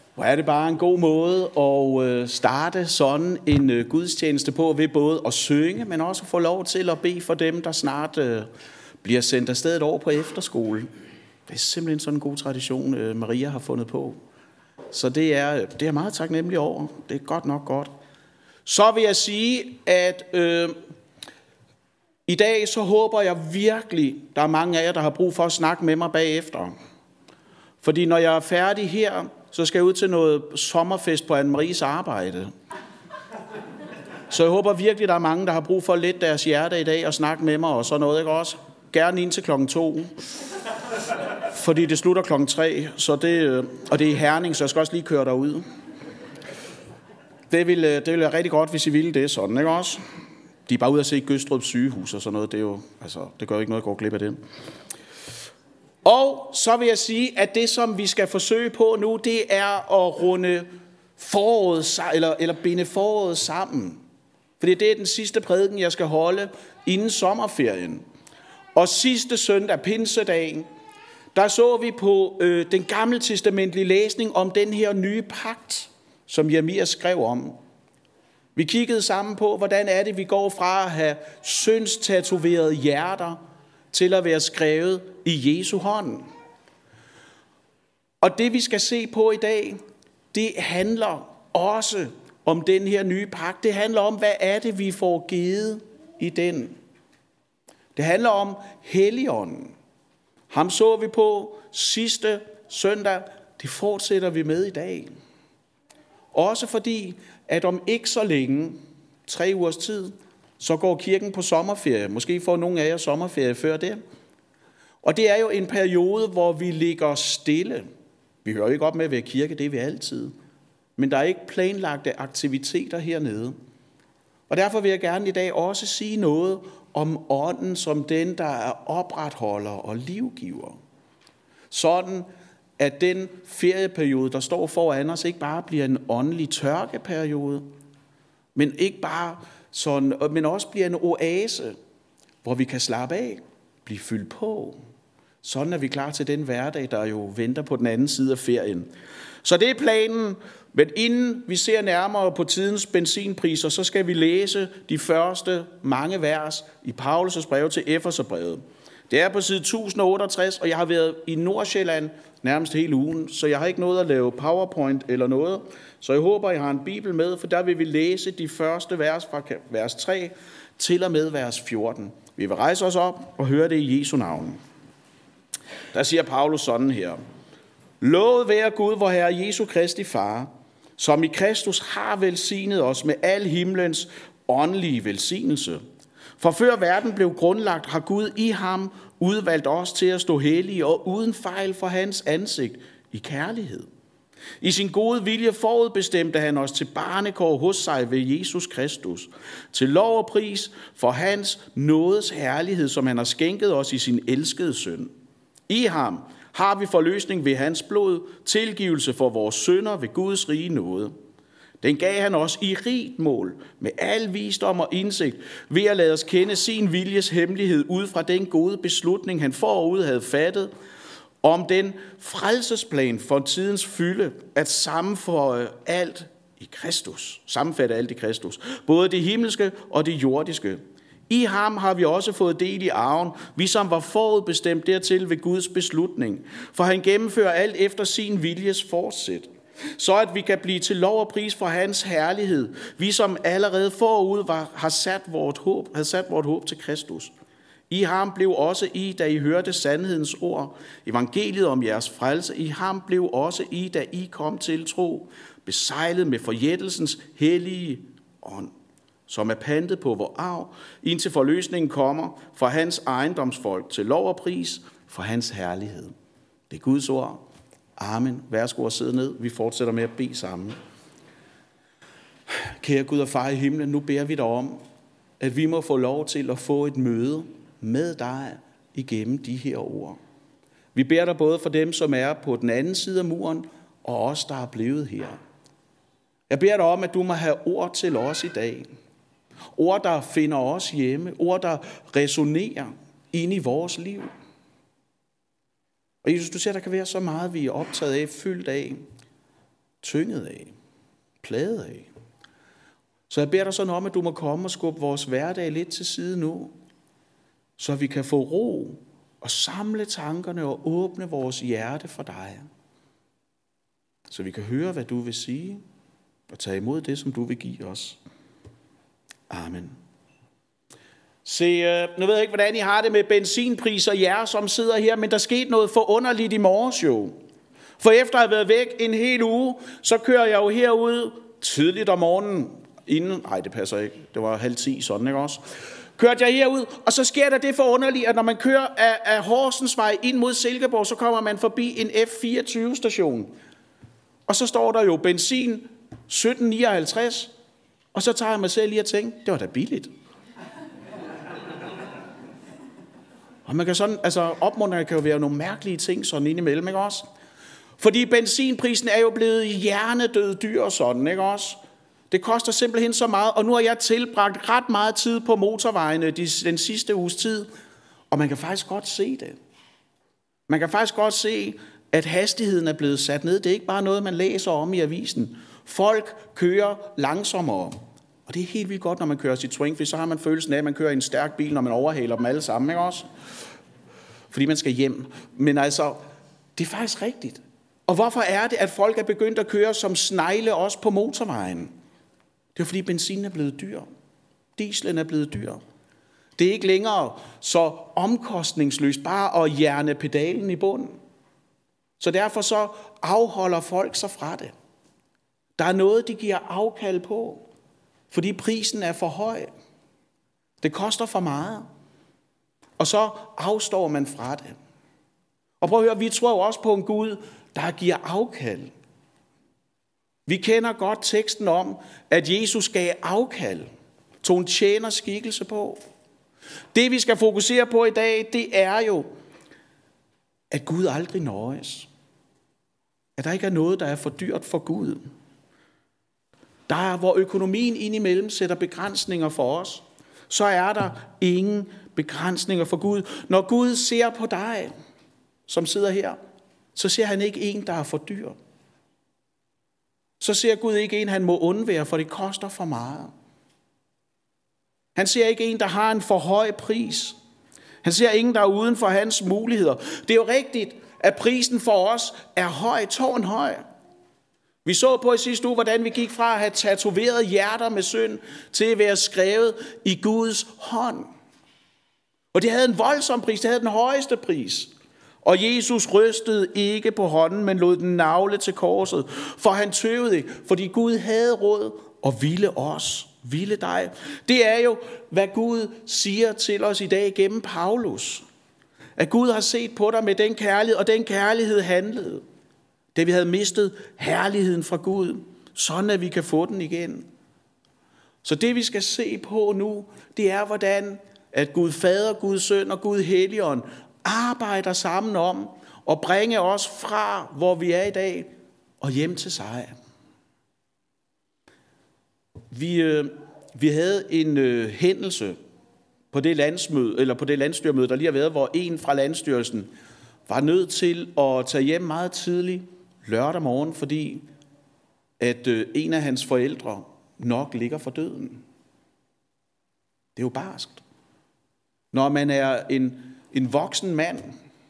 Hvor er det bare en god måde at starte sådan en gudstjeneste på, ved både at synge, men også at få lov til at bede for dem, der snart bliver sendt afsted et år på efterskole. Det er simpelthen sådan en god tradition, Maria har fundet på. Så det er meget taknemmelig over. Det er godt nok godt. Så vil jeg sige, at i dag så håber jeg virkelig, der er mange af jer, der har brug for at snakke med mig bagefter. Fordi når jeg er færdig her, så skal jeg ud til noget sommerfest på Anne-Maries arbejde. Så jeg håber virkelig, der er mange, der har brug for at lette deres hjerte i dag og snakke med mig og sådan noget, ikke også? Gerne ind til 2:00. Fordi det slutter 3:00, og det er i Herning, så jeg skal også lige køre derud. Det ville være rigtig godt, hvis I ville det sådan, ikke også? De er bare ude at se Gødstrup sygehus og sådan noget. Det gør jo ikke noget at gå glip af det. Og så vil jeg sige, at det, som vi skal forsøge på nu, det er at runde foråret, eller binde foråret sammen. Fordi det er den sidste prædiken, jeg skal holde inden sommerferien. Og sidste søndag, pinsedagen, der så vi på den gammeltestamentlige læsning om den her nye pagt, som Jeremia skrev om. Vi kiggede sammen på, hvordan er det, vi går fra at have syndstatoverede hjerter til at være skrevet i Jesu hånd. Og det vi skal se på i dag, det handler også om den her nye pagt. Det handler om, hvad er det, vi får givet i den. Det handler om Helligånden. Ham så vi på sidste søndag. Det fortsætter vi med i dag. Også fordi, at om ikke så længe, 3 ugers tid, så går kirken på sommerferie. Måske får nogle af jer sommerferie før det. Og det er jo en periode, hvor vi ligger stille. Vi hører jo ikke op med at være kirke, det er vi altid. Men der er ikke planlagte aktiviteter hernede. Og derfor vil jeg gerne i dag også sige noget om ånden som den, der er opretholder og livgiver. Sådan at den ferieperiode, der står foran os, ikke bare bliver en åndelig tørkeperiode, men men også bliver en oase, hvor vi kan slappe af, blive fyldt på. Sådan er vi klar til den hverdag, der jo venter på den anden side af ferien. Så det er planen, men inden vi ser nærmere på tidens benzinpriser, så skal vi læse de første mange vers i Paulus' brev til Efeserbrevet. Det er på side 1068, og jeg har været i Nordsjælland nærmest hele ugen, så jeg har ikke nået at lave PowerPoint eller noget. Så jeg håber, jeg har en bibel med, for der vil vi læse de første vers fra vers 3 til og med vers 14. Vi vil rejse os op og høre det i Jesu navn. Der siger Paulus sådan her. Lovet være Gud, vor Herre Jesu Kristi Far, som i Kristus har velsignet os med al himlens åndelige velsignelse. For før verden blev grundlagt, har Gud i ham udvalgt os til at stå hellige og uden fejl for hans ansigt i kærlighed. I sin gode vilje forudbestemte han os til barnekår hos sig ved Jesus Kristus, til lov og pris for hans nådes herlighed, som han har skænket os i sin elskede søn. I ham har vi forløsning ved hans blod, tilgivelse for vores synder ved Guds rige nåde. Den gav han os i rigt mål, med al visdom og indsigt, ved at lade os kende sin viljes hemmelighed ud fra den gode beslutning, han forud havde fattet, om den frelsesplan for tidens fylde, at sammenfatte alt i Kristus, både det himmelske og det jordiske. I ham har vi også fået del i arven, vi som var forudbestemt dertil ved Guds beslutning, for han gennemfører alt efter sin viljes forsæt, så at vi kan blive til lov og pris for hans herlighed, vi som allerede forud har sat vort håb til Kristus. I ham blev også I, da I hørte sandhedens ord, evangeliet om jeres frelse, i ham blev også I, da I kom til tro, besejlet med forjættelsens hellige ånd, som er pantet på vor arv, indtil forløsningen kommer fra hans ejendomsfolk til lov og pris for hans herlighed. Det er Guds ord. Amen. Værsgo at sidde ned. Vi fortsætter med at bede sammen. Kære Gud og Far i himlen, nu beder vi dig om, at vi må få lov til at få et møde med dig igennem de her ord. Vi beder dig både for dem, som er på den anden side af muren, og os, der er blevet her. Jeg beder dig om, at du må have ord til os i dag. Ord, der finder os hjemme. Ord, der resonerer ind i vores liv. Og Jesus, du ser, der kan være så meget, vi er optaget af, fyldt af. tynget af, plaget af. Så jeg beder dig sådan om, at du må komme og skubbe vores hverdag lidt til side nu, så vi kan få ro og samle tankerne og åbne vores hjerte for dig. Så vi kan høre, hvad du vil sige, og tage imod det, som du vil give os. Amen. Se, nu ved jeg ikke, hvordan I har det med benzinpriser, jer som sidder her, men der skete noget forunderligt i morges jo. For efter at have været væk en hel uge, så kører jeg jo herud tidligt om morgenen, det passer ikke, det var 9:30 sådan, ikke også? Kørte jeg herud, og så sker der det forunderlige, at når man kører af Horsensvej ind mod Silkeborg, så kommer man forbi en F24-station. Og så står der jo benzin 17,59, og så tager jeg mig selv lige at tænke, det var da billigt. Og man kan sådan, opmuntring kan jo være nogle mærkelige ting sådan indimellem, ikke også? Fordi benzinprisen er jo blevet hjernedød dyr og sådan, ikke også? Det koster simpelthen så meget, og nu har jeg tilbragt ret meget tid på motorvejene den sidste uges tid, og man kan faktisk godt se det. Man kan faktisk godt se, at hastigheden er blevet sat ned. Det er ikke bare noget, man læser om i avisen. Folk kører langsommere, og det er helt vildt godt, når man kører Citroën, for så har man følelsen af, at man kører i en stærk bil, når man overhaler dem alle sammen, ikke også? Fordi man skal hjem. Men altså, det er faktisk rigtigt. Og hvorfor er det, at folk er begyndt at køre som snegle også på motorvejen? Det er fordi benzin er blevet dyr. Dieselen er blevet dyr. Det er ikke længere så omkostningsløst bare at jerne pedalen i bunden. Så derfor så afholder folk sig fra det. Der er noget, de giver afkald på, fordi prisen er for høj. Det koster for meget. Og så afstår man fra det. Og prøv at høre, vi tror jo også på en Gud, der giver afkald. Vi kender godt teksten om, at Jesus gav afkald, tog en tjeners skikkelse på. Det vi skal fokusere på i dag, det er jo, at Gud aldrig nøjes. At der ikke er noget, der er for dyrt for Gud. Der er, hvor økonomien indimellem sætter begrænsninger for os, så er der ingen begrænsninger for Gud. Når Gud ser på dig, som sidder her, så ser han ikke en, der er for dyr. Så ser Gud ikke en, han må undvære, for det koster for meget. Han ser ikke en, der har en for høj pris. Han ser ingen, der er uden for hans muligheder. Det er jo rigtigt, at prisen for os er høj, tårnhøj. Vi så på i sidste uge, hvordan vi gik fra at have tatoveret hjerter med synd, til at være skrevet i Guds hånd. Og det havde en voldsom pris, det havde den højeste pris. Og Jesus rystede ikke på hånden, men lod den nagle til korset. For han tøvede ikke, fordi Gud havde råd og ville os, ville dig. Det er jo, hvad Gud siger til os i dag gennem Paulus. At Gud har set på dig med den kærlighed, og den kærlighed handlede. Da vi havde mistet herligheden fra Gud, sådan at vi kan få den igen. Så det vi skal se på nu, det er hvordan at Gud Fader, Gud Søn og Gud Helligånd arbejder sammen om at bringe os fra, hvor vi er i dag, og hjem til sig. Vi havde en hændelse på det landsmøde, eller på det landstyremøde, der lige har været, hvor en fra landstyrelsen var nødt til at tage hjem meget tidligt lørdag morgen, fordi at en af hans forældre nok ligger for døden. Det er jo barskt. Når man er en voksen mand,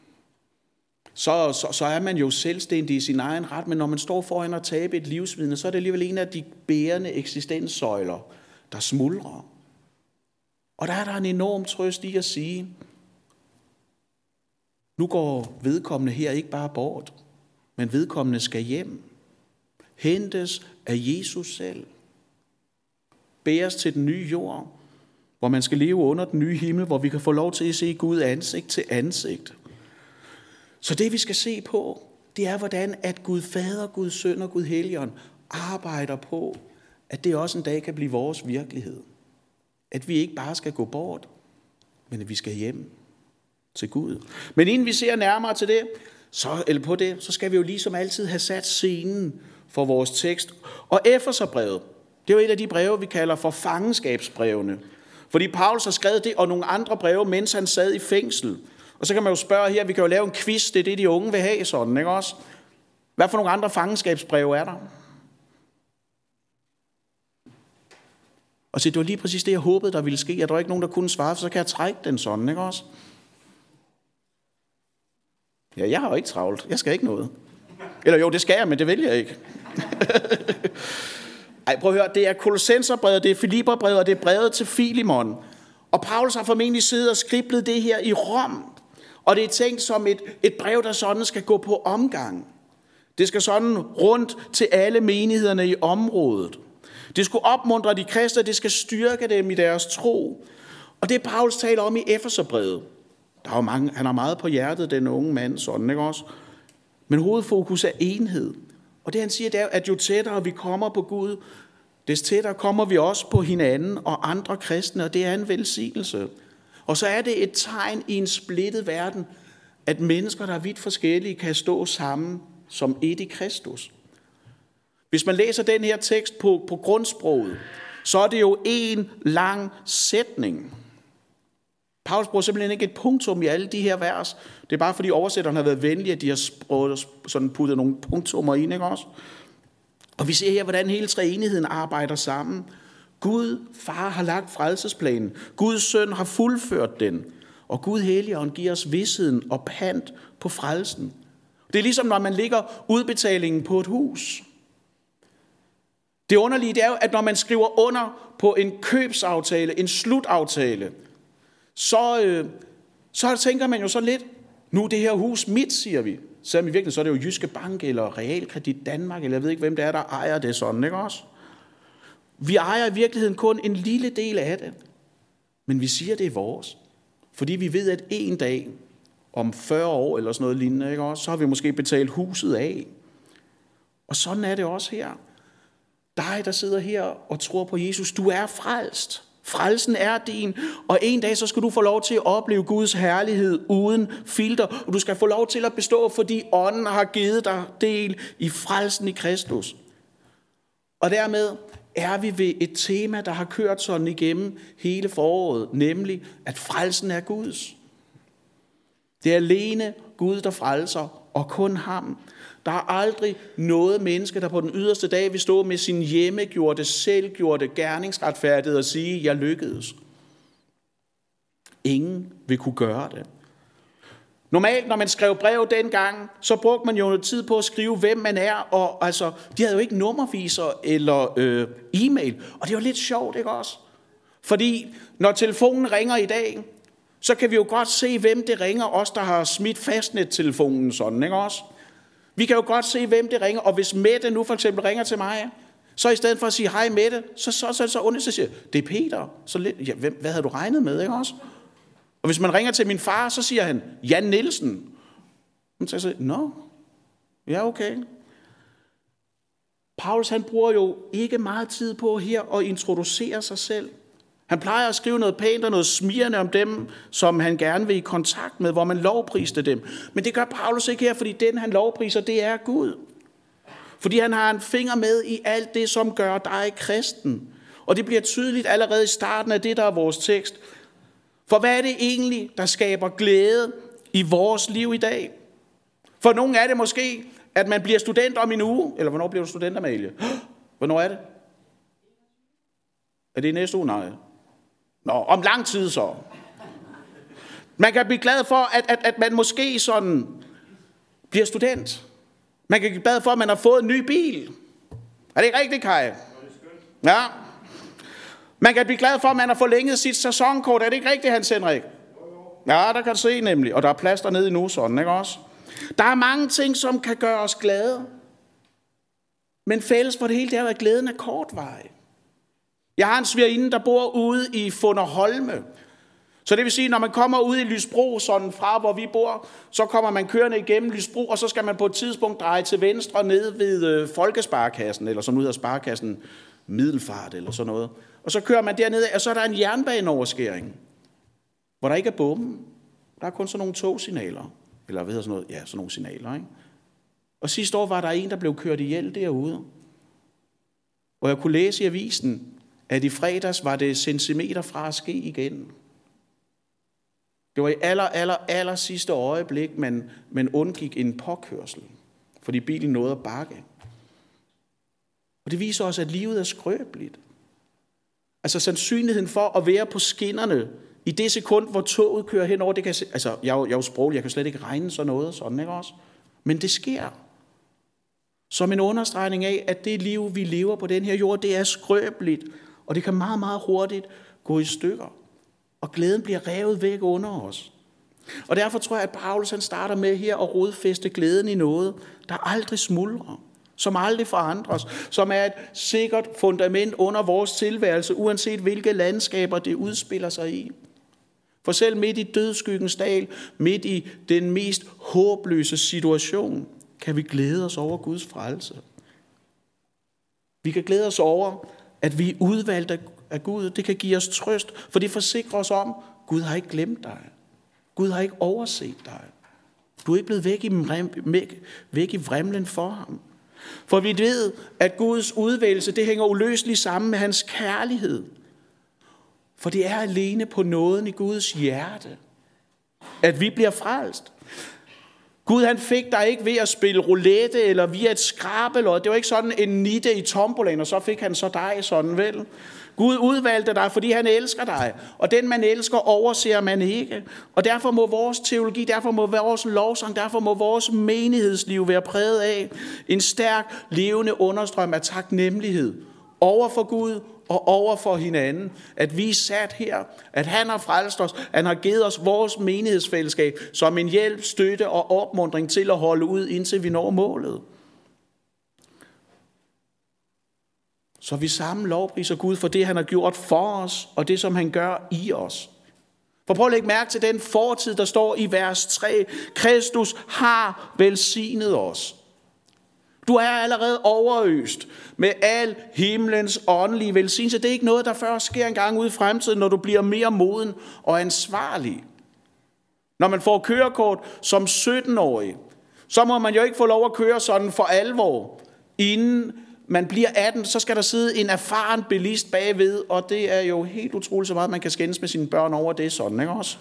så er man jo selvstændig i sin egen ret, men når man står foran at tabe et livsvidne, så er det alligevel en af de bærende eksistenssøjler, der smuldrer. Og der er der en enorm trøst i at sige, nu går vedkommende her ikke bare bort, men vedkommende skal hjem. Hentes af Jesus selv. Bæres til den nye jord, hvor man skal leve under den nye himmel, hvor vi kan få lov til at se Gud ansigt til ansigt. Så det vi skal se på, det er hvordan at Gud Fader, Gud Søn og Gud Helligånd arbejder på, at det også en dag kan blive vores virkelighed. At vi ikke bare skal gå bort, men at vi skal hjem til Gud. Men inden vi ser nærmere til det, så skal vi jo ligesom altid have sat scenen for vores tekst. Og Efeserbrevet, det er jo et af de breve, vi kalder for fangenskabsbrevene. Fordi Paulus har skrevet det og nogle andre breve, mens han sad i fængsel. Og så kan man jo spørge her, vi kan jo lave en quiz, det er det, de unge vil have sådan, ikke også? Hvad for nogle andre fangenskabsbreve er der? Og så det var lige præcis det, jeg håbede, der ville ske. Der var ikke nogen, der kunne svare, for så kan jeg trække den sådan, ikke også? Ja, jeg har jo ikke travlt. Jeg skal ikke noget. Eller jo, det skal jeg, men det vil jeg ikke. Ej, prøv at høre, det er Kolossenserbrevet, det er Filipperbrevet, og det er brevet til Filemon. Og Paulus har formentlig siddet og skriblet det her i Rom. Og det er tænkt som et brev, der sådan skal gå på omgang. Det skal sådan rundt til alle menighederne i området. Det skulle opmuntre de kristne, det skal styrke dem i deres tro. Og det Paulus taler om i Efeserbrevet. Der er jo mange, han har meget på hjertet, den unge mand, sådan, ikke også? Men hovedfokus er enhed. Og det han siger, det er, at jo tættere vi kommer på Gud, des tættere kommer vi også på hinanden og andre kristne, og det er en velsignelse. Og så er det et tegn i en splittet verden, at mennesker, der er vidt forskellige, kan stå sammen som et i Kristus. Hvis man læser den her tekst på grundsproget, så er det jo en lang sætning. Paulus bruger simpelthen ikke et punktum i alle de her vers. Det er bare fordi oversætteren har været venlig, at de har sådan puttet nogle punktummer ind, ikke også? Og vi ser her, hvordan hele treenigheden arbejder sammen. Gud, far, har lagt frelsesplanen. Guds søn har fuldført den. Og Gud Helligånd giver os visheden og pant på frelsen. Det er ligesom, når man lægger udbetalingen på et hus. Det underlige det er jo, at når man skriver under på en købsaftale, en slutaftale, så tænker man jo så lidt, nu er det her hus mit, siger vi. Selvom i virkeligheden så er det jo Jyske Bank eller Realkredit Danmark, eller jeg ved ikke, hvem det er, der ejer det sådan, ikke også? Vi ejer i virkeligheden kun en lille del af det, men vi siger, det er vores. Fordi vi ved, at en dag, om 40 år eller sådan noget lignende, ikke også, så har vi måske betalt huset af. Og sådan er det også her. Dig, der sidder her og tror på Jesus, du er frelst. Frelsen er din, og en dag så skal du få lov til at opleve Guds herlighed uden filter, og du skal få lov til at bestå, fordi ånden har givet dig del i frelsen i Kristus. Og dermed er vi ved et tema, der har kørt sådan igennem hele foråret, nemlig at frelsen er Guds. Det er alene Gud, der frelser, og kun ham. Der er aldrig noget menneske, der på den yderste dag vil stå med sin hjemmegjorte, selvgjorte gerningsretfærdighed og sige, jeg lykkedes. Ingen vil kunne gøre det. Normalt, når man skrev brev dengang, så brugte man jo noget tid på at skrive, hvem man er. Og altså, de havde jo ikke nummerviser eller e-mail. Og det var lidt sjovt, ikke også? Fordi når telefonen ringer i dag, så kan vi jo godt se, hvem det ringer. Os, der har smidt fastnet-telefonen sådan, ikke også? Vi kan jo godt se, hvem det ringer. Og hvis Mette nu for eksempel ringer til mig, så i stedet for at sige, hej Mette, så ondt, så siger det er Peter. Så lidt, ja, hvad havde du regnet med, ikke også? Og hvis man ringer til min far, så siger han, Jan Nielsen. Så jeg siger, ja okay. Paulus han bruger jo ikke meget tid på her at introducere sig selv. Han plejer at skrive noget pænt og noget smirrende om dem, som han gerne vil i kontakt med, hvor man lovpriste dem. Men det gør Paulus ikke her, fordi den han lovpriser, det er Gud. Fordi han har en finger med i alt det, som gør dig kristen. Og det bliver tydeligt allerede i starten af det, der er vores tekst. For hvad er det egentlig, der skaber glæde i vores liv i dag? For nogle er det måske, at man bliver student om en uge. Eller hvornår bliver du student, Amalie? Hvornår er det? Er det i næste uge? Nej. Om lang tid så. Man kan blive glad for, at man måske sådan bliver student. Man kan blive glad for, at man har fået en ny bil. Er det ikke rigtigt, Kai? Ja. Man kan blive glad for, at man har forlænget sit sæsonkort. Er det ikke rigtigt, Hans Henrik? Ja, der kan du se nemlig. Og der er plads dernede endnu sådan, ikke også? Der er mange ting, som kan gøre os glade. Men fælles for det hele, det er, at glæden er kortvarig. Jeg har en svigerinde, der bor ude i Funderholme. Så det vil sige, når man kommer ud i Lysbro, sådan fra hvor vi bor, så kommer man kørende igennem Lysbro, og så skal man på et tidspunkt dreje til venstre ned ved Folkesparekassen, eller som nu hedder Sparekassen Middelfart, eller sådan noget. Og så kører man dernede, og så er der en jernbaneoverskæring, hvor der ikke er bomben. Der er kun sådan nogle togsignaler, eller hvad hedder sådan noget? Ja, sådan nogle signaler, ikke? Og sidste år var der en, der blev kørt ihjel derude. Og jeg kunne læse i avisen, at i fredags var det centimeter fra at ske igen. Det var i aller sidste øjeblik, man undgik en påkørsel, fordi bilen nåede at bakke. Og det viser os, at livet er skrøbeligt. Altså sandsynligheden for at være på skinnerne i det sekund, hvor toget kører henover, det kan altså jeg er jo sproglig, jeg kan slet ikke regne sådan noget, sådan, ikke også? Men det sker. Som en understregning af, at det liv, vi lever på den her jord, det er skrøbeligt, og det kan meget, meget hurtigt gå i stykker. Og glæden bliver revet væk under os. Og derfor tror jeg, at Paulus han starter med her at rodfæste glæden i noget, der aldrig smuldrer, som aldrig forandres, som er et sikkert fundament under vores tilværelse, uanset hvilke landskaber det udspiller sig i. For selv midt i dødsskyggens dal, midt i den mest håbløse situation, kan vi glæde os over Guds frelse. Vi kan glæde os over, at vi er udvalgt af Gud. Det kan give os trøst, for det forsikrer os om, at Gud har ikke glemt dig. Gud har ikke overset dig. Du er ikke blevet væk i vrimlen for ham. For vi ved, at Guds udvælgelse, det hænger uløseligt sammen med hans kærlighed. For det er alene på nåden i Guds hjerte, at vi bliver frelst. Gud han fik dig ikke ved at spille roulette eller via et skrabelod. Det var ikke sådan en nitte i tombolaen, og så fik han så dig sådan, vel? Gud udvalgte dig, fordi han elsker dig. Og den man elsker, overser man ikke. Og derfor må vores teologi, derfor må vores lovsang, derfor må vores menighedsliv være præget af en stærk, levende understrøm af taknemmelighed over for Gud og over for hinanden. At vi er sat her, at han har frelst os, han har givet os vores menighedsfællesskab som en hjælp, støtte og opmuntring til at holde ud, indtil vi når målet. Så vi sammen lovpriser Gud for det, han har gjort for os, og det, som han gør i os. For prøv at lægge mærke til den fortid, der står i vers 3. Kristus har velsignet os. Du er allerede overøst med al himlens åndelige velsignelse. Det er ikke noget, der først sker en gang ude i fremtiden, når du bliver mere moden og ansvarlig. Når man får kørekort som 17-årig, så må man jo ikke få lov at køre sådan for alvor. Inden man bliver 18, så skal der sidde en erfaren bilist bagved, og det er jo helt utroligt så meget, man kan skændes med sine børn over det sådan, ikke også?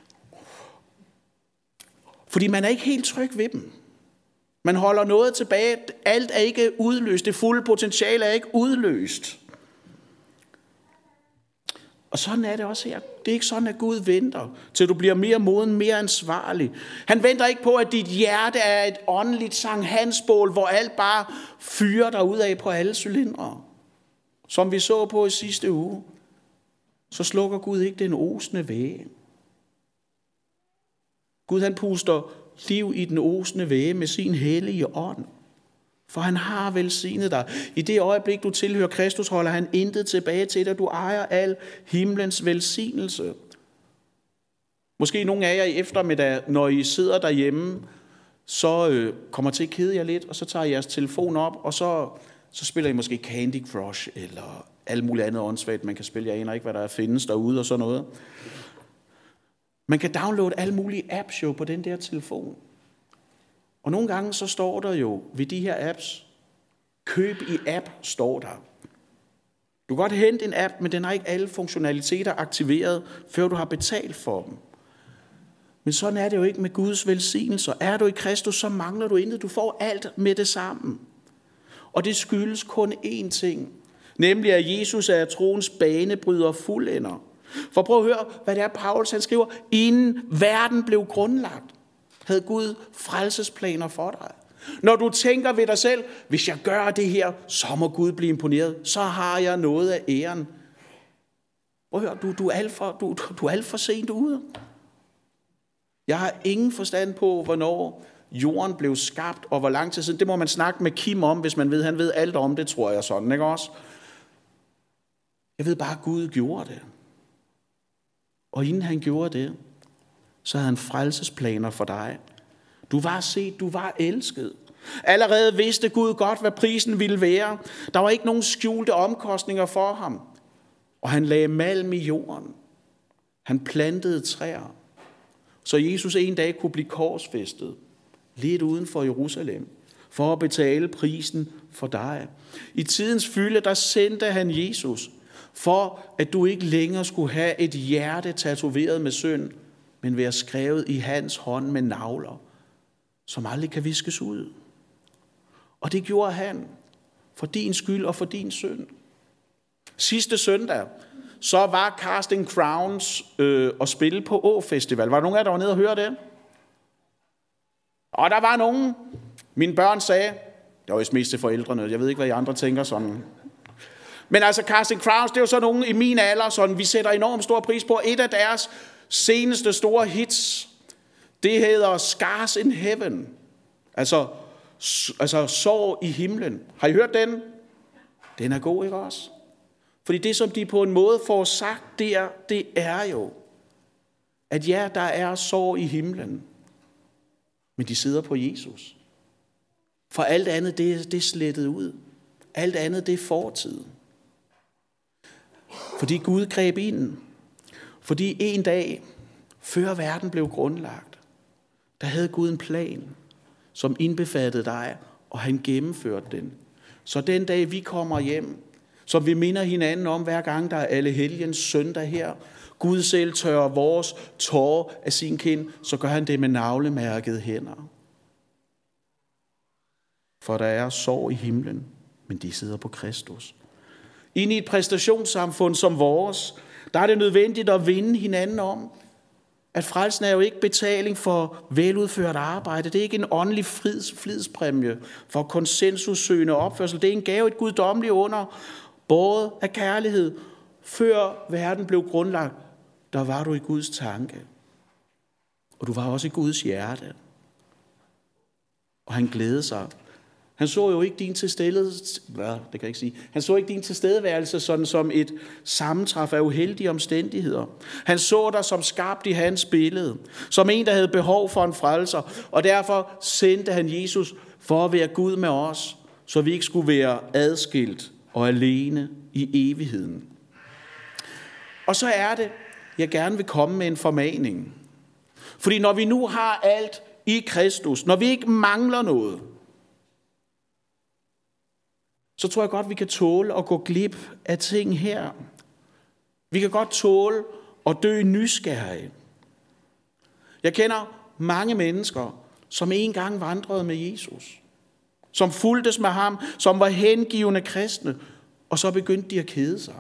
Fordi man er ikke helt tryg ved dem. Man holder noget tilbage. Alt er ikke udløst. Det fulde potentiale er ikke udløst. Og sådan er det også her. Det er ikke sådan, at Gud venter, til du bliver mere moden, mere ansvarlig. Han venter ikke på, at dit hjerte er et åndeligt sanghansbål, hvor alt bare fyrer dig ud af på alle cylindre. Som vi så på i sidste uge, så slukker Gud ikke den osende væge. Gud han puster liv i den osende væge med sin hellige ånd. For han har velsignet dig. I det øjeblik, du tilhører Kristus, holder han intet tilbage til dig. Du ejer al himlens velsignelse. Måske nogle af jer i eftermiddag, når I sidder derhjemme, så kommer til at kede jer lidt, og så tager I jeres telefon op, og så spiller I måske Candy Crush, eller alt muligt andet åndssvagt, man kan spille. Jeg aner ikke, hvad der findes derude og sådan noget. Man kan downloade alle mulige apps jo på den der telefon. Og nogle gange så står der jo ved de her apps, køb i app står der. Du kan godt hente en app, men den har ikke alle funktionaliteter aktiveret, før du har betalt for dem. Men sådan er det jo ikke med Guds velsignelser. Er du i Kristus, så mangler du intet. Du får alt med det samme. Og det skyldes kun én ting, nemlig at Jesus er troens banebryder og fuldender. For prøv at høre, hvad det er, Paulus han skriver. Inden verden blev grundlagt, havde Gud frelsesplaner for dig. Når du tænker ved dig selv, hvis jeg gør det her, så må Gud blive imponeret. Så har jeg noget af æren. Prøv at høre, du er alt for sent ude. Jeg har ingen forstand på, hvornår jorden blev skabt, og hvor lang tid siden. Det må man snakke med Kim om, hvis man ved, han ved alt om det, tror jeg sådan, ikke også? Jeg ved bare, at Gud gjorde det. Og inden han gjorde det, så havde han frelsesplaner for dig. Du var set, du var elsket. Allerede vidste Gud godt, hvad prisen ville være. Der var ikke nogen skjulte omkostninger for ham. Og han lagde malm i jorden. Han plantede træer, så Jesus en dag kunne blive korsfæstet lidt uden for Jerusalem, for at betale prisen for dig. I tidens fylde, der sendte han Jesus, for at du ikke længere skulle have et hjerte tatoveret med synd, men være skrevet i hans hånd med nagler, som aldrig kan viskes ud. Og det gjorde han for din skyld og for din synd. Sidste søndag, så var Casting Crowns at spille på Å Festival. Var der nogen af jer, der var nede og høre det? Og der var nogen. Mine børn sagde, det var vist mest til forældrene, jeg ved ikke, hvad I andre tænker sådan. Men altså Casting Crowns, det er jo så nogen i min alder, sådan, vi sætter enormt stor pris på. Et af deres seneste store hits, det hedder Scars in Heaven. Altså Sår i himlen. Har I hørt den? Den er god, ikke også? Fordi det, som de på en måde får sagt, det er jo, at ja, der er sår i himlen, men de sidder på Jesus. For alt andet, det er slettet ud. Alt andet, det er fortid. Fordi Gud greb ind. Fordi en dag, før verden blev grundlagt, der havde Gud en plan, som indbefattede dig, og han gennemførte den. Så den dag, vi kommer hjem, som vi minder hinanden om, hver gang der er Allehelgens søndag her, Gud selv tørrer vores tårer af sin kind, så gør han det med navlemærkede hænder. For der er sår i himlen, men de sidder på Kristus. Ind i et præstationssamfund som vores, der er det nødvendigt at vinde hinanden om, at frelsen er jo ikke betaling for veludført arbejde. Det er ikke en åndelig flidspræmie for konsensussøgende opførsel. Det er en gave, et guddommeligt under, båret af kærlighed. Før verden blev grundlagt, der var du i Guds tanke. Og du var også i Guds hjerte. Og han glædede sig. Han så jo ikke din Han så ikke din tilstedeværelse sådan som et sammentræf af uheldige omstændigheder. Han så dig som skabt i hans billede, som en, der havde behov for en frelser, og derfor sendte han Jesus for at være Gud med os, så vi ikke skulle være adskilt og alene i evigheden. Og så er det, jeg gerne vil komme med en formaning. Fordi når vi nu har alt i Kristus, når vi ikke mangler noget, så tror jeg godt, vi kan tåle at gå glip af ting her. Vi kan godt tåle at dø nysgerrige. Jeg kender mange mennesker, som engang vandrede med Jesus, som fulgtes med ham, som var hengivne kristne, og så begyndte de at kede sig.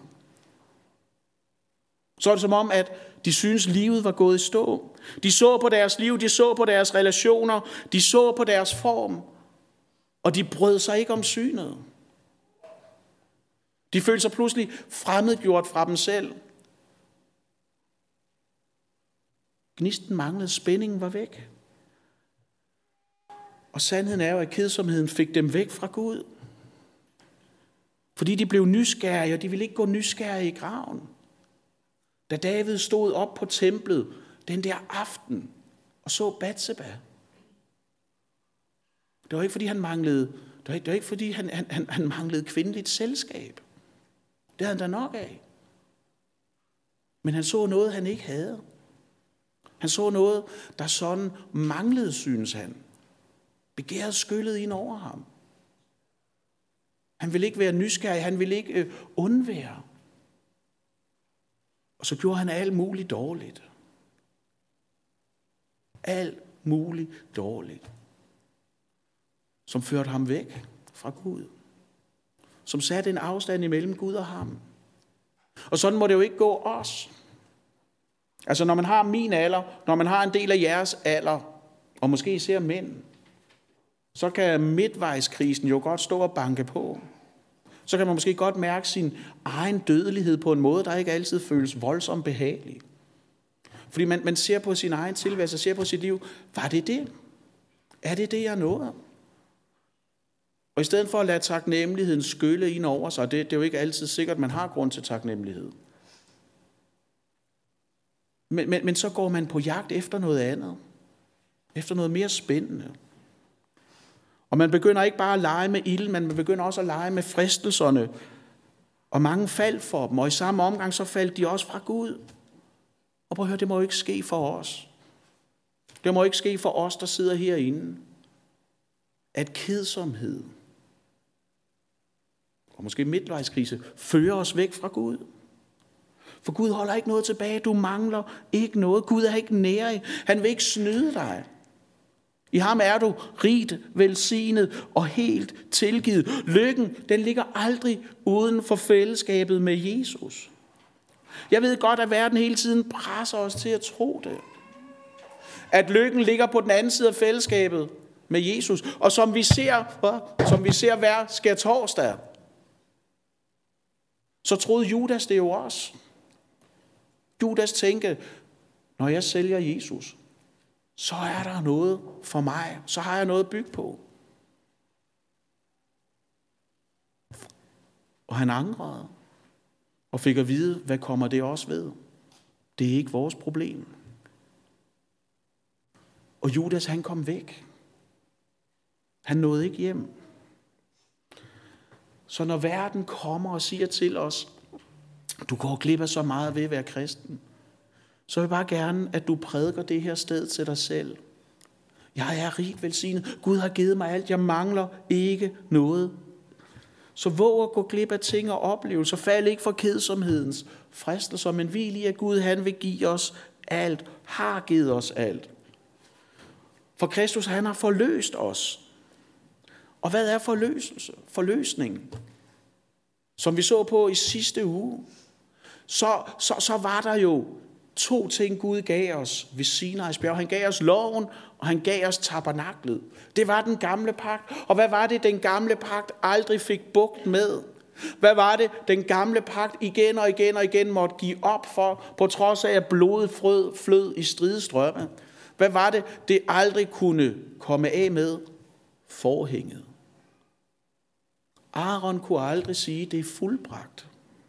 Så er det som om, at de synes livet var gået i stå. De så på deres liv, de så på deres relationer, de så på deres form, og de brød sig ikke om synet. De følte sig pludselig fremmedgjort fra dem selv. Gnisten manglede, spændingen var væk. Og sandheden er jo, at kedsomheden fik dem væk fra Gud. Fordi de blev nysgerrige, og de ville ikke gå nysgerrige i graven. Da David stod op på templet den der aften og så Batseba. Det var ikke fordi han manglede, det var ikke fordi han manglede kvindeligt selskab. Det havde han da nok af. Men han så noget, han ikke havde. Han så noget, der sådan manglede, synes han. Begæret skyllede ind over ham. Han ville ikke være nysgerrig, han ville ikke undvære. Og så gjorde han alt muligt dårligt. Alt muligt dårligt. Som førte ham væk fra Gud. Som satte en afstand imellem Gud og ham. Og sådan må det jo ikke gå os. Altså når man har min alder, når man har en del af jeres alder, og måske især mænd, så kan midtvejskrisen jo godt stå og banke på. Så kan man måske godt mærke sin egen dødelighed på en måde, der ikke altid føles voldsomt behagelig. Fordi man ser på sin egen tilværelse, ser på sit liv. Var det det? Er det det, jeg nåede? Og i stedet for at lade taknemmeligheden skylle ind over sig, det er jo ikke altid sikkert, at man har grund til taknemmelighed. Men så går man på jagt efter noget andet. Efter noget mere spændende. Og man begynder ikke bare at lege med ilden, men man begynder også at lege med fristelserne. Og mange faldt for dem, og i samme omgang så faldt de også fra Gud. Og prøv at høre, det må jo ikke ske for os. Det må ikke ske for os, der sidder herinde. At kedsomhed og måske midtvejskrise fører os væk fra Gud. For Gud holder ikke noget tilbage. Du mangler ikke noget. Gud er ikke nærig. Han vil ikke snyde dig. I ham er du rigt, velsignet og helt tilgivet. Lykken, den ligger aldrig uden for fællesskabet med Jesus. Jeg ved godt, at verden hele tiden presser os til at tro det. At lykken ligger på den anden side af fællesskabet med Jesus. Og som vi ser hver skærtorsdag, så troede Judas det jo også. Judas tænkte, når jeg sælger Jesus, så er der noget for mig. Så har jeg noget at bygge på. Og han angrede og fik at vide, hvad kommer det også ved? Det er ikke vores problem. Og Judas, han kom væk. Han nåede ikke hjem. Så når verden kommer og siger til os, du går glip af så meget ved at være kristen, så vil jeg bare gerne, at du prædiker det her sted til dig selv. Jeg er rigt velsignet. Gud har givet mig alt. Jeg mangler ikke noget. Så våg at gå glip af ting og oplevelser. Fald ikke for kedsomhedens fristelser, men hvil i, at Gud han vil give os alt. Har givet os alt. For Kristus, han har forløst os. Og hvad er forløsningen? Som vi så på i sidste uge, så var der jo 2 ting, Gud gav os ved Sinais bjerg. Han gav os loven, og han gav os tabernaklet. Det var den gamle pagt. Og hvad var det, den gamle pagt aldrig fik bugt med? Hvad var det, den gamle pagt igen og igen og igen måtte give op for, på trods af, at blodet flød i stridestrømme? Hvad var det, det aldrig kunne komme af med? Forhænget. Aaron kunne aldrig sige, det er fuldbragt.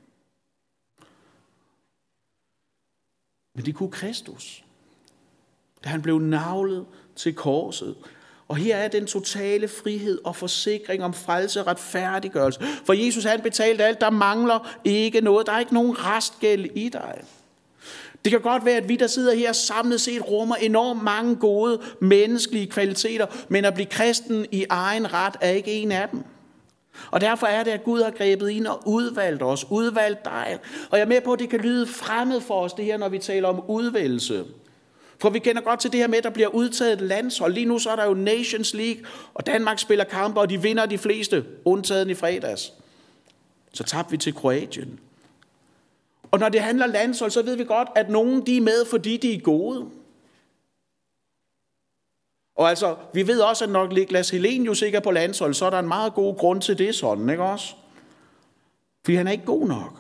Men det kunne Kristus, da han blev naglet til korset. Og her er den totale frihed og forsikring om frelse og retfærdiggørelse. For Jesus han betalte alt, der mangler ikke noget. Der er ikke nogen restgæld i dig. Det kan godt være, at vi, der sidder her samlet set, rummer enormt mange gode menneskelige kvaliteter, men at blive kristen i egen ret er ikke en af dem. Og derfor er det, at Gud har grebet ind og udvalgt dig. Og jeg er med på, at det kan lyde fremmed for os, det her, når vi taler om udvælgelse. For vi kender godt til det her med, at der bliver udtaget et landshold. Lige nu så er der jo Nations League, og Danmark spiller kampe, og de vinder de fleste, undtagen i fredags. Så tabte vi til Kroatien. Og når det handler landshold, så ved vi godt, at nogen de er med, fordi de er gode. Og altså, vi ved også, at når Niklas Helenius ikke er på landshold, så er der en meget god grund til det sådan, ikke også? Fordi han er ikke god nok.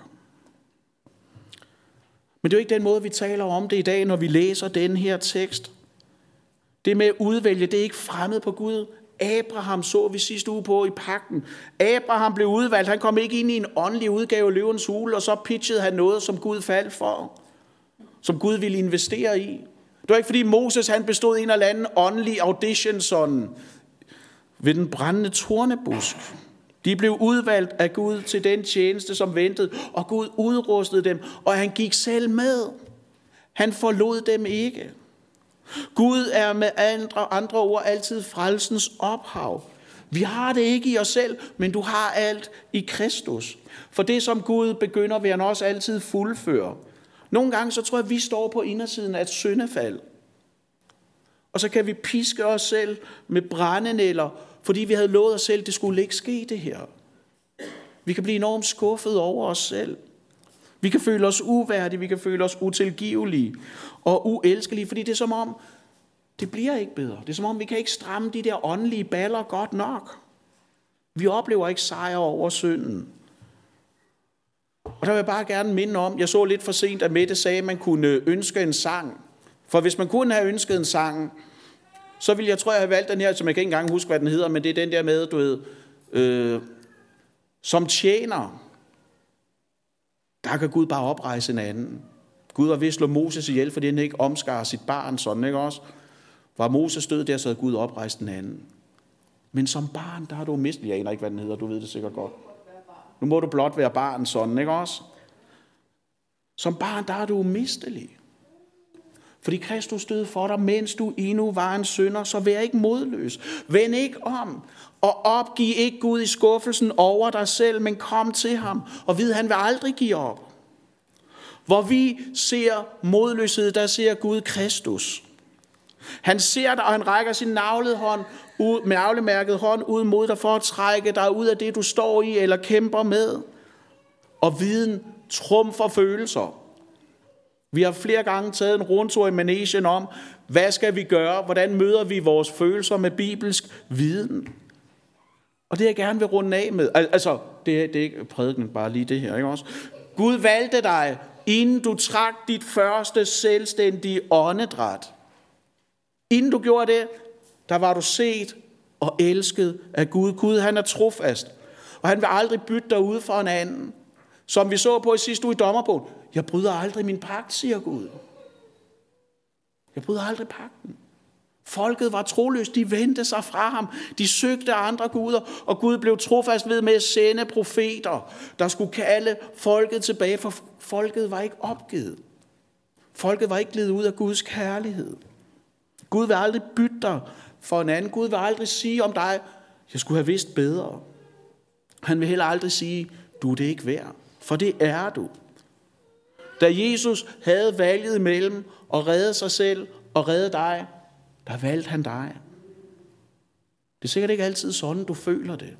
Men det er jo ikke den måde, vi taler om det i dag, når vi læser den her tekst. Det med at udvælge, det er ikke fremmed på Gud. Abraham så vi sidste uge på i pagten. Abraham blev udvalgt, han kom ikke ind i en åndelig udgave af Løvens Hule, og så pitchede han noget, som Gud faldt for. Som Gud ville investere i. Det var ikke fordi Moses han bestod en eller anden åndelig audition sådan ved den brændende tornebusk. De blev udvalgt af Gud til den tjeneste, som ventede, og Gud udrustede dem, og han gik selv med. Han forlod dem ikke. Gud er med andre ord altid frelsens ophav. Vi har det ikke i os selv, men du har alt i Kristus. For det, som Gud begynder, vil han også altid fuldføre. Nogle gange så tror jeg, at vi står på indersiden af et syndefald. Og så kan vi piske os selv med brændenælder, fordi vi havde lovet os selv, at det skulle ikke ske det her. Vi kan blive enormt skuffet over os selv. Vi kan føle os uværdige, vi kan føle os utilgivelige og uelskelige, fordi det er som om, det bliver ikke bedre. Det er som om, vi kan ikke stramme de der åndelige baller godt nok. Vi oplever ikke sejr over synden. Og der vil jeg bare gerne minde om, jeg så lidt for sent, at Mette sagde, at man kunne ønske en sang. For hvis man kunne have ønsket en sang, så ville jeg, tror jeg, have valgt den her, som jeg kan ikke engang huske, hvad den hedder, men det er den der med, du ved, som tjener. Der kan Gud bare oprejse en anden. Gud var ved at slå Moses ihjel, fordi han ikke omskar sit barn, sådan ikke også? Var Moses død der, så havde Gud oprejst en anden. Men som barn, der har du mistet, jeg aner ikke, hvad den hedder, du ved det sikkert godt. Nu må du blot være barn, sådan ikke også? Som barn, der er du umistelig. Fordi Kristus døde for dig, mens du endnu var en synder, så vær ikke modløs. Vend ikke om, og opgiv ikke Gud i skuffelsen over dig selv, men kom til ham, og vid, han vil aldrig give op. Hvor vi ser modløshed, der ser Gud Kristus. Han ser dig, og han rækker sin navlemærkede hånd ud mod dig for at trække dig ud af det, du står i eller kæmper med. Og viden trumfer følelser. Vi har flere gange taget en rundtur i Manesien om, hvad skal vi gøre? Hvordan møder vi vores følelser med bibelsk viden? Og det jeg gerne vil runde af med, altså det er ikke prædiken, bare lige det her, ikke også? Gud valgte dig, inden du trak dit første selvstændige åndedræt. Inden du gjorde det, der var du set og elsket af Gud. Gud, han er trofast, og han vil aldrig bytte dig ud for en anden. Som vi så på i sidste uge i Dommerbogen. Jeg bryder aldrig min pagt, siger Gud. Jeg bryder aldrig pagten. Folket var troløst, de vendte sig fra ham, de søgte andre guder, og Gud blev trofast ved med at sende profeter, der skulle kalde folket tilbage, for folket var ikke opgivet. Folket var ikke glidet ud af Guds kærlighed. Gud vil aldrig bytte dig for en anden. Gud vil aldrig sige om dig, jeg skulle have vidst bedre. Han vil heller aldrig sige, du er det ikke værd, for det er du. Da Jesus havde valget mellem at redde sig selv og redde dig, der valgte han dig. Det er sikkert ikke altid sådan, du føler det.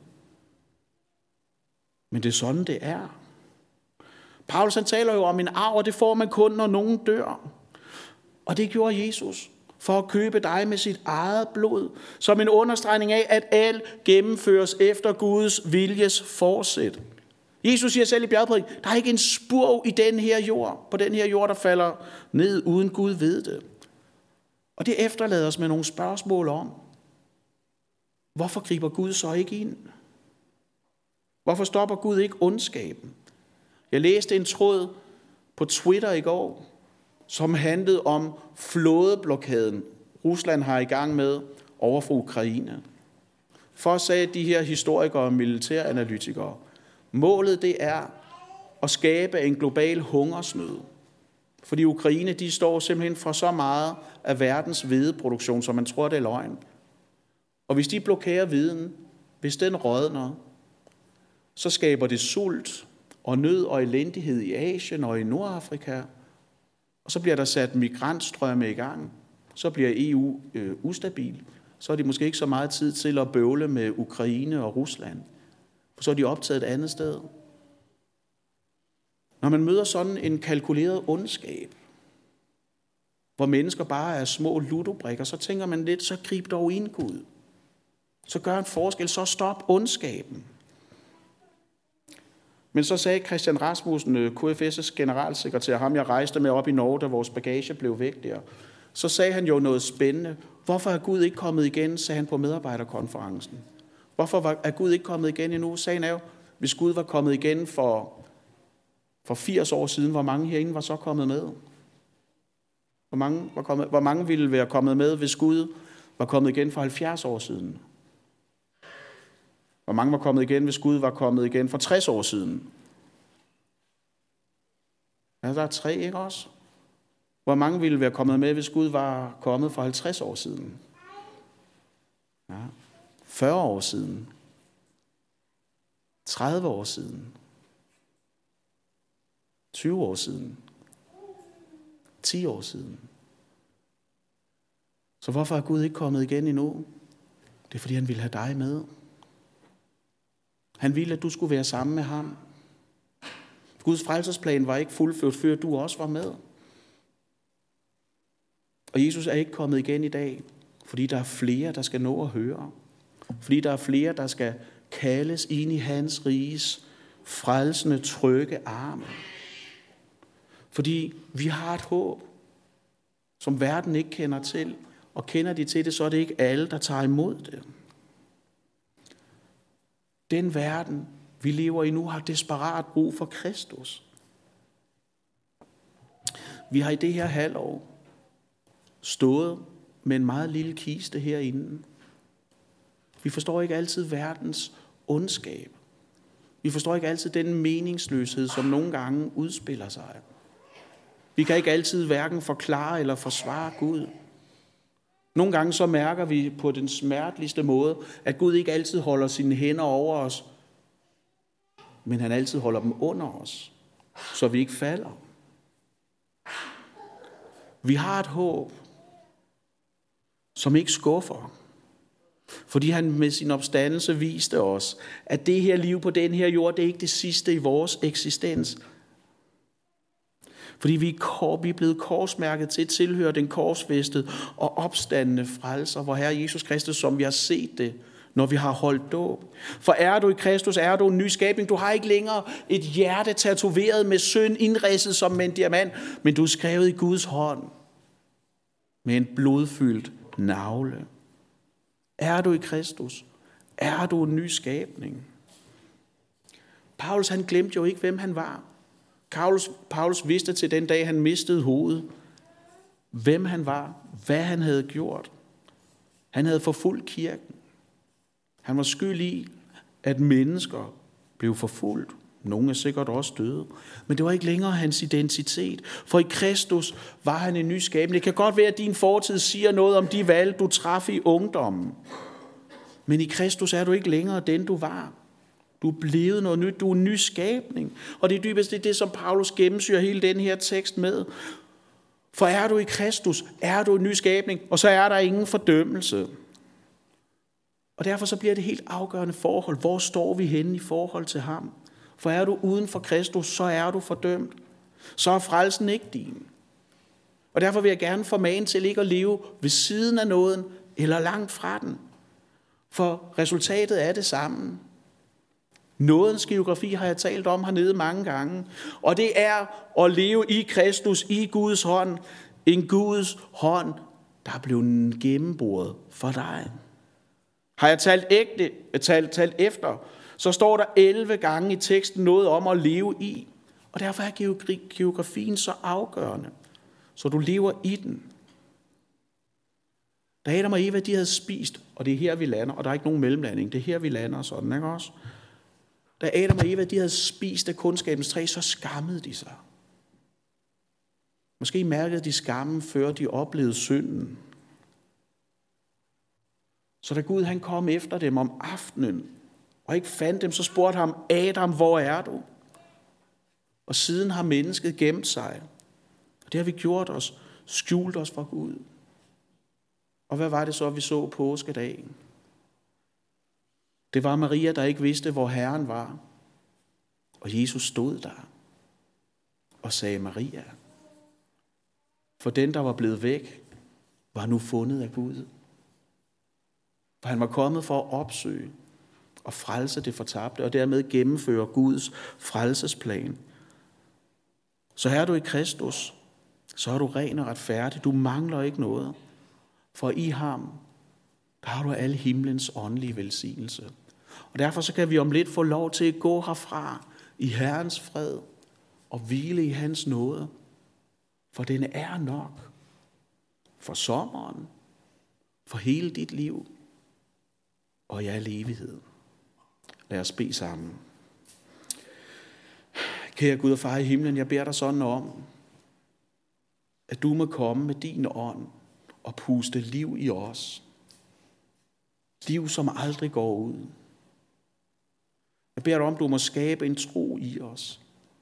Men det er sådan, det er. Paulus han taler jo om en arv, og det får man kun, når nogen dør. Og det gjorde Jesus for at købe dig med sit eget blod, som en understregning af, at alt gennemføres efter Guds viljes forsæt. Jesus siger selv i bjergprædiken, der er ikke en spurv i den her jord, på den her jord, der falder ned, uden Gud ved det. Og det efterlader os med nogle spørgsmål om, hvorfor griber Gud så ikke ind? Hvorfor stopper Gud ikke ondskaben? Jeg læste en tråd på Twitter i går, som handlede om flådeblokaden, Rusland har i gang med over for Ukraine. For sagde de her historikere og militæranalytikere, målet det er at skabe en global hungersnød. Fordi Ukraine, de står simpelthen for så meget af verdens hvedeproduktion, som man tror, det er løgn. Og hvis de blokerer hveden, hvis den rådner, så skaber det sult og nød og elendighed i Asien og i Nordafrika. Og så bliver der sat migrantstrømme i gang. Så bliver EU ustabil. Så er de måske ikke så meget tid til at bøvle med Ukraine og Rusland. For så er de optaget et andet sted. Når man møder sådan en kalkuleret ondskab, hvor mennesker bare er små ludobrikker, så tænker man lidt, så grib dog ind, Gud. Så gør en forskel, så stop ondskaben. Men så sagde Christian Rasmussen, KFS' generalsekretær, ham jeg rejste med op i Norge, da vores bagage blev væk der, så sagde han jo noget spændende. Hvorfor er Gud ikke kommet igen, sagde han på medarbejderkonferencen. Hvorfor er Gud ikke kommet igen endnu? Sagen er jo, hvis Gud var kommet igen for 80 år siden, hvor mange herinde var så kommet med? Hvor mange ville være kommet med, hvis Gud var kommet igen for 70 år siden? Hvor mange var kommet igen, hvis Gud var kommet igen for 60 år siden? Ja, der er 3, ikke også? Hvor mange ville være kommet med, hvis Gud var kommet for 50 år siden? Ja. 40 år siden? 30 år siden? 20 år siden? 10 år siden? Så hvorfor er Gud ikke kommet igen endnu? Det er, fordi han ville have dig med. Han ville, at du skulle være sammen med ham. Guds frelsesplan var ikke fuldført, før du også var med. Og Jesus er ikke kommet igen i dag, fordi der er flere, der skal nå at høre. Fordi der er flere, der skal kaldes ind i hans riges frelsende, trygge arme. Fordi vi har et håb, som verden ikke kender til. Og kender de til det, så er det ikke alle, der tager imod det. Den verden, vi lever i nu, har desperat brug for Kristus. Vi har i det her halvår stået med en meget lille kiste herinde. Vi forstår ikke altid verdens ondskab. Vi forstår ikke altid den meningsløshed, som nogle gange udspiller sig. Vi kan ikke altid hverken forklare eller forsvare Gud. Nogle gange så mærker vi på den smerteligste måde, at Gud ikke altid holder sine hænder over os, men han altid holder dem under os, så vi ikke falder. Vi har et håb, som ikke skuffer, fordi han med sin opstandelse viste os, at det her liv på den her jord, det er ikke det sidste i vores eksistens. Fordi vi er blevet korsmærket til at tilhøre den korsfæstede og opstandende frelser, hvor Herre Jesus Kristus, som vi har set det, når vi har holdt dåb. For er du i Kristus, er du en ny skabning. Du har ikke længere et hjerte tatoveret med synd, indridset som med en diamant, men du er skrevet i Guds hånd med en blodfyldt navle. Er du i Kristus, er du en ny skabning. Paulus, han glemte jo ikke, hvem han var. Paulus vidste til den dag, han mistede hovedet, hvem han var, hvad han havde gjort. Han havde forfulgt kirken. Han var skyld i, at mennesker blev forfulgt. Nogle er sikkert også døde. Men det var ikke længere hans identitet. For i Kristus var han en ny skabning. Det kan godt være, at din fortid siger noget om de valg, du traf i ungdommen. Men i Kristus er du ikke længere den, du var. Du er blevet noget nyt. Du er en ny skabning. Og det er dybest det, som Paulus gennemsyrer hele den her tekst med. For er du i Kristus, er du en ny skabning, og så er der ingen fordømmelse. Og derfor så bliver det helt afgørende forhold. Hvor står vi henne i forhold til ham? For er du uden for Kristus, så er du fordømt. Så er frelsen ikke din. Og derfor vil jeg gerne formane til ikke at leve ved siden af nåden, eller langt fra den. For resultatet er det samme. Nådens geografi har jeg talt om hernede mange gange. Og det er at leve i Kristus, i Guds hånd. En Guds hånd, der er blevet gennemboret for dig. Har jeg talt efter, så står der 11 gange i teksten noget om at leve i. Og derfor er geografien så afgørende, så du lever i den. Da Adam og Eva, de havde spist, og det er her, vi lander, og der er ikke nogen mellemlanding, det er her, vi lander sådan, ikke også? Da Adam og Eva, de havde spist af kundskabens træ, så skammede de sig. Måske mærkede de skammen, før de oplevede synden. Så da Gud han kom efter dem om aftenen, og ikke fandt dem, så spurgte ham, Adam, hvor er du? Og siden har mennesket gemt sig. Og det har vi gjort os, skjult os fra Gud. Og hvad var det så, vi så påskedagen? Det var Maria, der ikke vidste, hvor Herren var. Og Jesus stod der og sagde, Maria. For den, der var blevet væk, var nu fundet af Gud. For han var kommet for at opsøge og frelse det fortabte, og dermed gennemføre Guds frelsesplan. Så er du i Kristus, så er du ren og retfærdig. Du mangler ikke noget. For i ham, der har du alle himlens åndelige velsignelse. Og derfor så kan vi om lidt få lov til at gå herfra i Herrens fred og hvile i hans nåde. For den er nok for sommeren, for hele dit liv og i al evighed. Lad os bede sammen. Kære Gud og Far i himlen, jeg beder dig sådan om, at du må komme med din ånd og puste liv i os. Liv, som aldrig går ud. Jeg beder dig om, du må skabe en tro i os,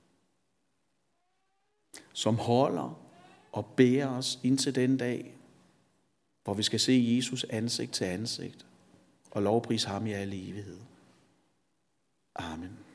som holder og bærer os indtil den dag, hvor vi skal se Jesus ansigt til ansigt og lovprise ham i al evighed. Amen.